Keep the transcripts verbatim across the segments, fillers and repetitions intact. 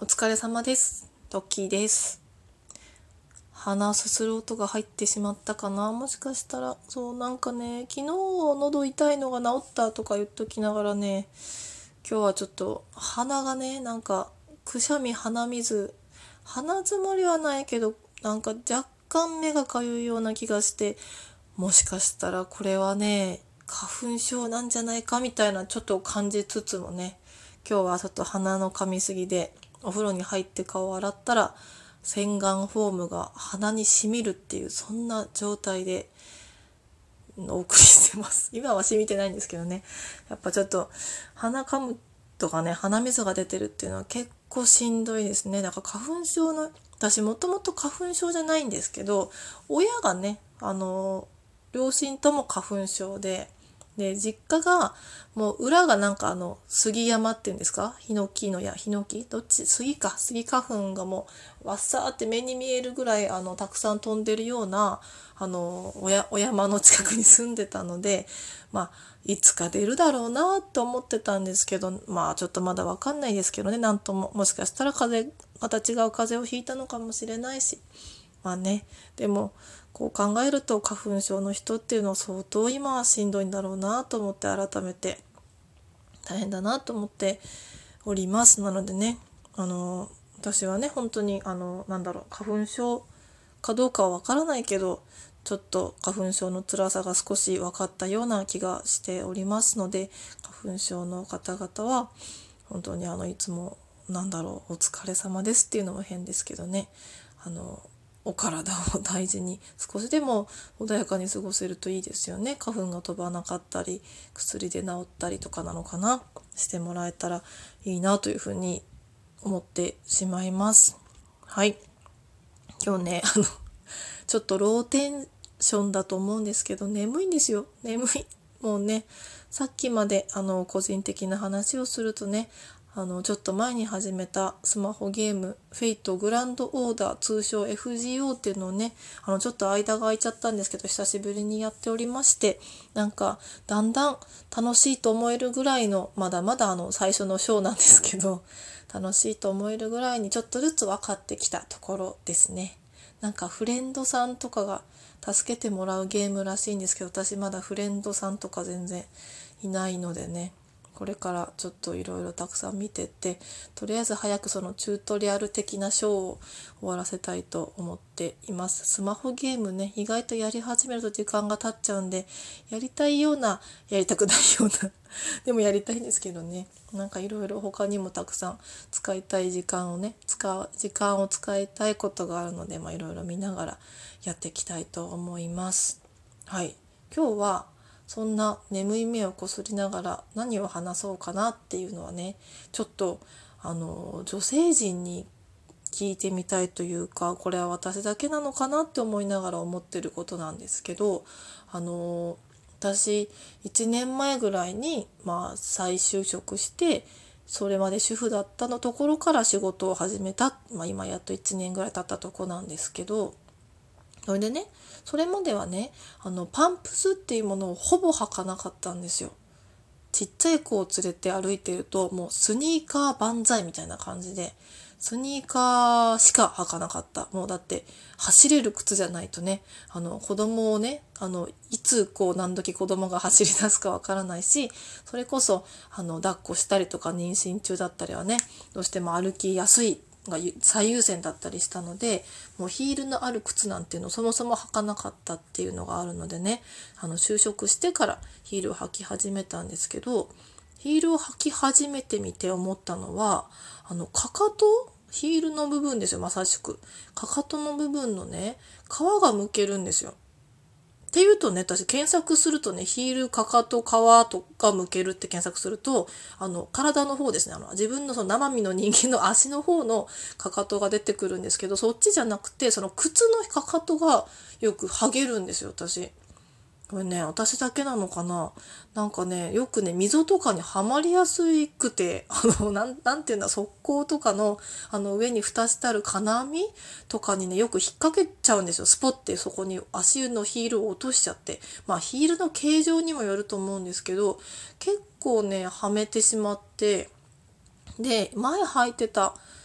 疲れ様です。トッキーです。鼻すする音が入ってしまったかな。もしかしたら、そうなんかね、昨日喉痛いのが治ったとか言っときながらね、今日はちょっと鼻がね、なんかくしゃみ鼻水、鼻詰まりはないけど、なんか若干目がかゆいような気がして、もしかしたらこれはね、花粉症なんじゃないかみたいなちょっと感じつつもね、今日はちょっと鼻の噛みすぎでお風呂に入って顔を洗ったら洗顔フォームが鼻にしみるっていう、そんな状態でお送りしてます。今は染みてないんですけどね、やっぱちょっと鼻噛むとかね、鼻水が出てるっていうのは結構しんどいですね。だから花粉症の、私もともと花粉症じゃないんですけど、親がね、あの両親とも花粉症で、で実家がもう裏がなんかあの杉山っていうんですか、ヒノキのやヒノキどっち杉か杉花粉がもうわっさーって目に見えるぐらいあのたくさん飛んでるようなあのおやお山の近くに住んでたので、まあいつか出るだろうなと思ってたんですけど、まあちょっとまだわかんないですけどね、なんとも、もしかしたら風邪また違う風邪をひいたのかもしれないし、まあね、でもこう考えると花粉症の人っていうのは相当今はしんどいんだろうなと思って、改めて大変だなと思っております。なのでね、あの私はね本当にあのなんだろう、花粉症かどうかはわからないけど、ちょっと花粉症の辛さが少し分かったような気がしておりますので、花粉症の方々は本当にあのいつもなんだろう、お疲れ様ですっていうのも変ですけどね、あのお体を大事に少しでも穏やかに過ごせるといいですよね。花粉が飛ばなかったり薬で治ったりとかなのかな、してもらえたらいいなというふうに思ってしまいます。はい、今日ねあのちょっとローテンションだと思うんですけど、眠いんですよ。眠い。もうね、さっきまであの個人的な話をするとね、あのちょっと前に始めたスマホゲームフェイトグランドオーダー、通称 エフジーオー っていうのをね、あのちょっと間が空いちゃったんですけど久しぶりにやっておりまして、なんかだんだん楽しいと思えるぐらいの、まだまだあの最初のショーなんですけど、楽しいと思えるぐらいにちょっとずつ分かってきたところですね。なんかフレンドさんとかが助けてもらうゲームらしいんですけど、私まだフレンドさんとか全然いないのでね、これからちょっといろいろたくさん見てって、とりあえず早くそのチュートリアル的なショーを終わらせたいと思っています。スマホゲームね、意外とやり始めると時間が経っちゃうんで、やりたいようなやりたくないようなでもやりたいんですけどね、なんかいろいろ他にもたくさん使いたい時間をね使う時間を使いたいことがあるので、まあいろいろ見ながらやっていきたいと思います。はい、今日はそんな眠い目をこすりながら何を話そうかなっていうのはね、ちょっとあの女性陣に聞いてみたいというか、これは私だけなのかなって思いながら思ってることなんですけど、あの私いちねんまえぐらいに、まあ、再就職して、それまで主婦だったのところから仕事を始めた、まあ、今やっといちねんぐらい経ったとこなんですけど、それでね、それまではね、あのパンプスっていうものをほぼ履かなかったんですよ。ちっちゃい子を連れて歩いてると、もうスニーカー万歳みたいな感じで、スニーカーしか履かなかった。もうだって走れる靴じゃないとね、あの子供をね、あのいつこう何時子供が走り出すかわからないし、それこそあの抱っこしたりとか妊娠中だったりはね、どうしても歩きやすいが最優先だったりしたので、もうヒールのある靴なんていうのをそもそも履かなかったっていうのがあるのでね、あの就職してからヒールを履き始めたんですけど、ヒールを履き始めてみて思ったのは、あのかかと、ヒールの部分ですよ。まさしくかかとの部分のね、皮がむけるんですよ。っていうとね、私検索するとね、ヒールかかと皮とかむけるって検索すると、あの体の方ですね、あの自分のその生身の人間の足の方のかかとが出てくるんですけど、そっちじゃなくてその靴のかかとがよく剥げるんですよ、私。これね、私だけなのかな。なんかね、よくね、溝とかにはまりやすくて、あの、なん、なんていうんだ、側溝とかの、あの、上に蓋してある金網とかにね、よく引っ掛けちゃうんですよ。スポッてそこに足のヒールを落としちゃって。まあ、ヒールの形状にもよると思うんですけど、結構ね、はめてしまって、で、前履いてた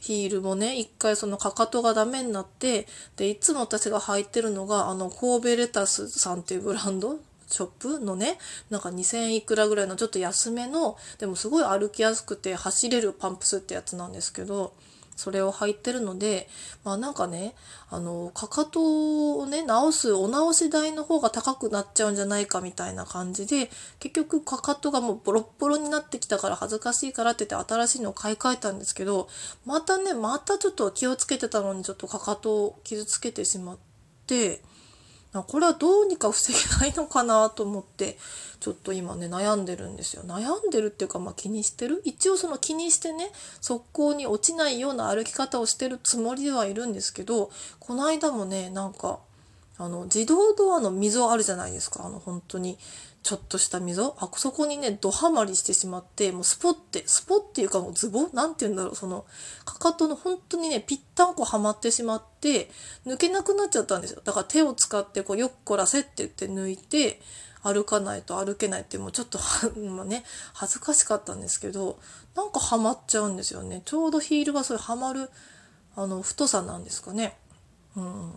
ヒールもね、一回そのかかとがダメになって、で、いつも私が履いてるのが、あの、神戸レタスさんっていうブランドショップのね、なんかにせんいくらぐらいのちょっと安めの、でもすごい歩きやすくて走れるパンプスってやつなんですけど、それを履いてるので、まあなんかね、あの、かかとをね、直す、お直し代の方が高くなっちゃうんじゃないかみたいな感じで、結局かかとがもうボロッボロになってきたから恥ずかしいからって言って新しいのを買い替えたんですけど、またね、またちょっと気をつけてたのにちょっとかかとを傷つけてしまって、これはどうにか防げないのかなと思ってちょっと今ね悩んでるんですよ。悩んでるっていうか、まあ気にしてる、一応その気にしてね、速攻に落ちないような歩き方をしてるつもりではいるんですけど、この間もね、なんかあの自動ドアの溝あるじゃないですか、あの本当にちょっとした溝、あそこにねドハマりしてしまって、もうスポッてスポっていうかもうズボなんて言うんだろう、そのかかとの本当にねぴったんこはまってしまって抜けなくなっちゃったんですよ。だから手を使ってこうよっこらせって言って抜いて歩かないと歩けないって、もうちょっとまあね恥ずかしかったんですけど、なんかはまっちゃうんですよね。ちょうどヒールがそういうはまるあの太さなんですかね。うん、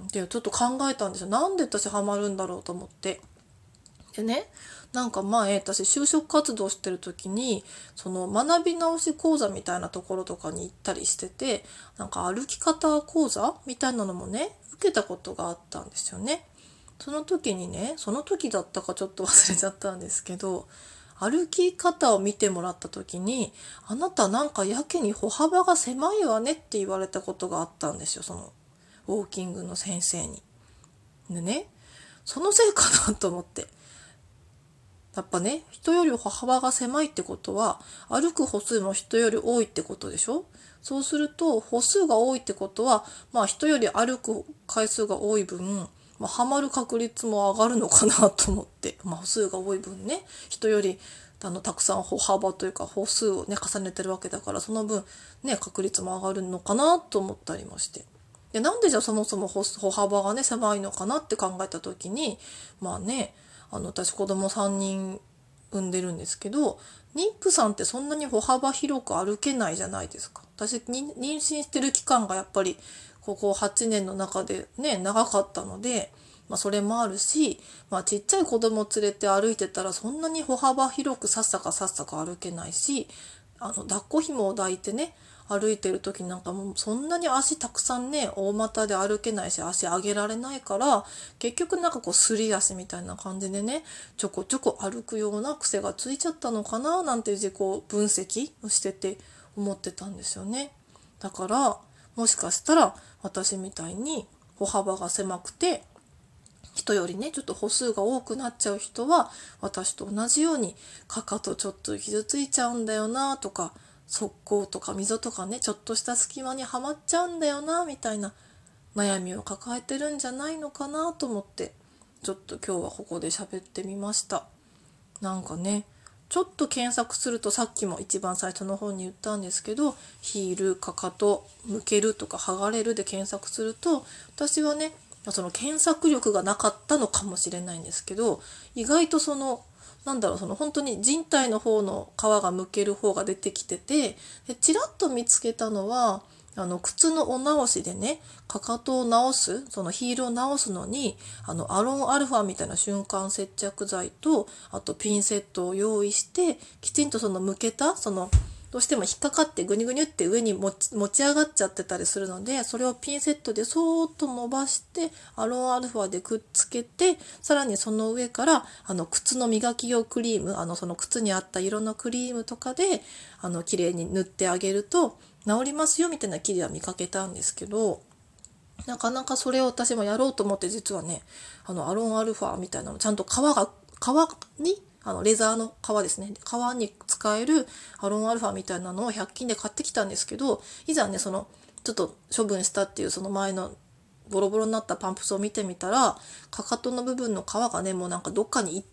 でちょっと考えたんですよ。なんで私ハマるんだろうと思って。でね、なんか前私就職活動してる時にその学び直し講座みたいなところとかに行ったりしてて、なんか歩き方講座みたいなのもね受けたことがあったんですよね。その時にね、その時だったかちょっと忘れちゃったんですけど、歩き方を見てもらった時に、あなたなんかやけに歩幅が狭いわねって言われたことがあったんですよ、そのウォーキングの先生に。でね、そのせいかなと思って。やっぱね、人より歩幅が狭いってことは、歩く歩数も人より多いってことでしょ。そうすると、歩数が多いってことは、まあ人より歩く回数が多い分、まあ、はまる確率も上がるのかなと思って、まあ、歩数が多い分ね、人よりあのたくさん歩幅というか歩数をね重ねてるわけだから、その分ね確率も上がるのかなと思ったりもして。で、なんでじゃあそもそも歩幅がね狭いのかなって考えた時に、まあね、あの私子供さんにん産んでるんですけど、妊婦さんってそんなに歩幅広く歩けないじゃないですか。私妊娠してる期間がやっぱりここはちねんの中でね長かったので、まあ、それもあるし、まあ、ちっちゃい子供連れて歩いてたらそんなに歩幅広くさっさかさっさか歩けないし、あの抱っこ紐を抱いてね歩いてる時なんかもうそんなに足たくさんね大股で歩けないし足上げられないから、結局なんかこうすり足みたいな感じでねちょこちょこ歩くような癖がついちゃったのかななんて自己分析をしてて思ってたんですよね。だからもしかしたら私みたいに歩幅が狭くて人よりねちょっと歩数が多くなっちゃう人は私と同じようにかかとちょっと傷ついちゃうんだよなとか、側溝とか溝とかねちょっとした隙間にはまっちゃうんだよなみたいな悩みを抱えてるんじゃないのかなと思って、ちょっと今日はここで喋ってみました。なんかねちょっと検索すると、さっきも一番最初の方に言ったんですけど、ヒール、かかと、向けるとか剥がれるで検索すると、私はねその検索力がなかったのかもしれないんですけど、意外とそのなんだろう、その本当に人体の方の皮がむける方が出てきてて、でちらっと見つけたのはあの靴のお直しでね、かかとを直す、そのヒールを直すのにあのアロンアルファみたいな瞬間接着剤とあとピンセットを用意して、きちんとそのむけたそのどうしても引っかかってグニグニって上に持ち、持ち上がっちゃってたりするので、それをピンセットでそーっと伸ばしてアロンアルファでくっつけて、さらにその上からあの靴の磨き用クリーム、あのその靴に合った色のクリームとかであの綺麗に塗ってあげると治りますよみたいな記事は見かけたんですけど、なかなかそれを私もやろうと思って、実はねあのアロンアルファみたいなのちゃんと皮が皮にあのレザーの皮ですね、皮に使えるアロンアルファみたいなのをひゃく均で買ってきたんですけど、いざねそのちょっと処分したっていうその前のボロボロになったパンプスを見てみたら、かかとの部分の皮がねもうなんかどっかに行っちゃっ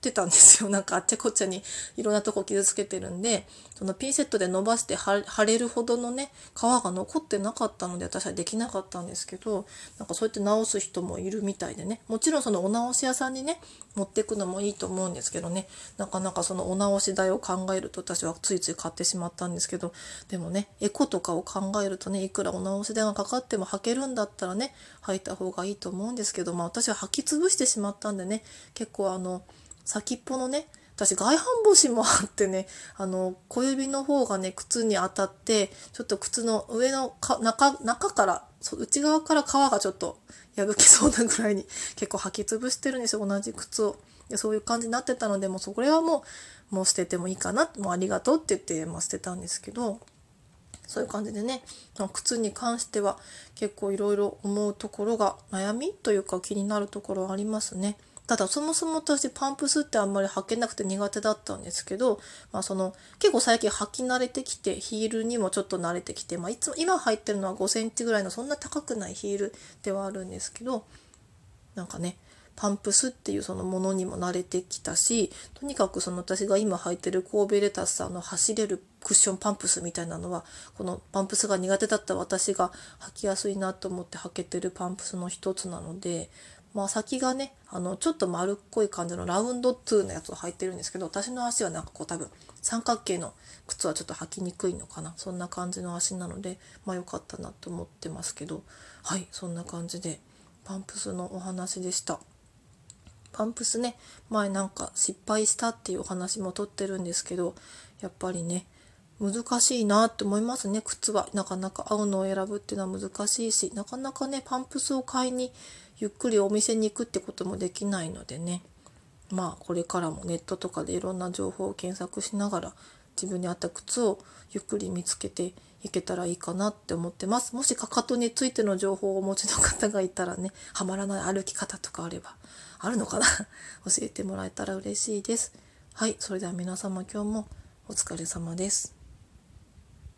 ってたんですよ。なんかあっちゃこっちゃにいろんなとこ傷つけてるんで、そのピンセットで伸ばして貼れるほどのね皮が残ってなかったので私はできなかったんですけど、なんかそうやって直す人もいるみたいでね、もちろんそのお直し屋さんにね持っていくのもいいと思うんですけどね、なかなかそのお直し代を考えると私はついつい買ってしまったんですけど、でもねエコとかを考えるとね、いくらお直し代がかかっても履けるんだったらね履いた方がいいと思うんですけど、まあ私は履き潰してしまったんでね、結構あの先っぽのね、私外反母趾もあってね、あの小指の方がね靴に当たってちょっと靴の上のか 中, 中から内側から皮がちょっと破けそうなぐらいに結構履き潰してるんですよ、同じ靴を。でそういう感じになってたので、もうそれはもうもう捨ててもいいかな、もうありがとうって言って、まあ、捨てたんですけど、そういう感じでね、靴に関しては結構いろいろ思うところが、悩みというか気になるところありますね。ただそもそも私パンプスってあんまり履けなくて苦手だったんですけど、まあ、その結構最近履き慣れてきて、ヒールにもちょっと慣れてきて、まあ、いつも今履いてるのはごセンチぐらいのそんな高くないヒールではあるんですけど、なんかねパンプスっていうそのものにも慣れてきたし、とにかくその私が今履いてる神戸レタスさんの走れるクッションパンプスみたいなのは、このパンプスが苦手だった私が履きやすいなと思って履けてるパンプスの一つなので、まあ先がねあのちょっと丸っこい感じのラウンドトゥーのやつを履いてるんですけど、私の足はなんかこう多分三角形の靴はちょっと履きにくいのかな、そんな感じの足なので、まあ良かったなと思ってますけど、はい、そんな感じでパンプスのお話でした。パンプスね、前なんか失敗したっていうお話もとってるんですけど、やっぱりね難しいなって思いますね。靴はなかなか合うのを選ぶっていうのは難しいし、なかなかねパンプスを買いにゆっくりお店に行くってこともできないのでね、まあこれからもネットとかでいろんな情報を検索しながら自分に合った靴をゆっくり見つけていけたらいいかなって思ってます。もしかかとについての情報をお持ちの方がいたらね、はまらない歩き方とかあれば、あるのかな教えてもらえたら嬉しいです。はい、それでは皆様今日もお疲れ様です。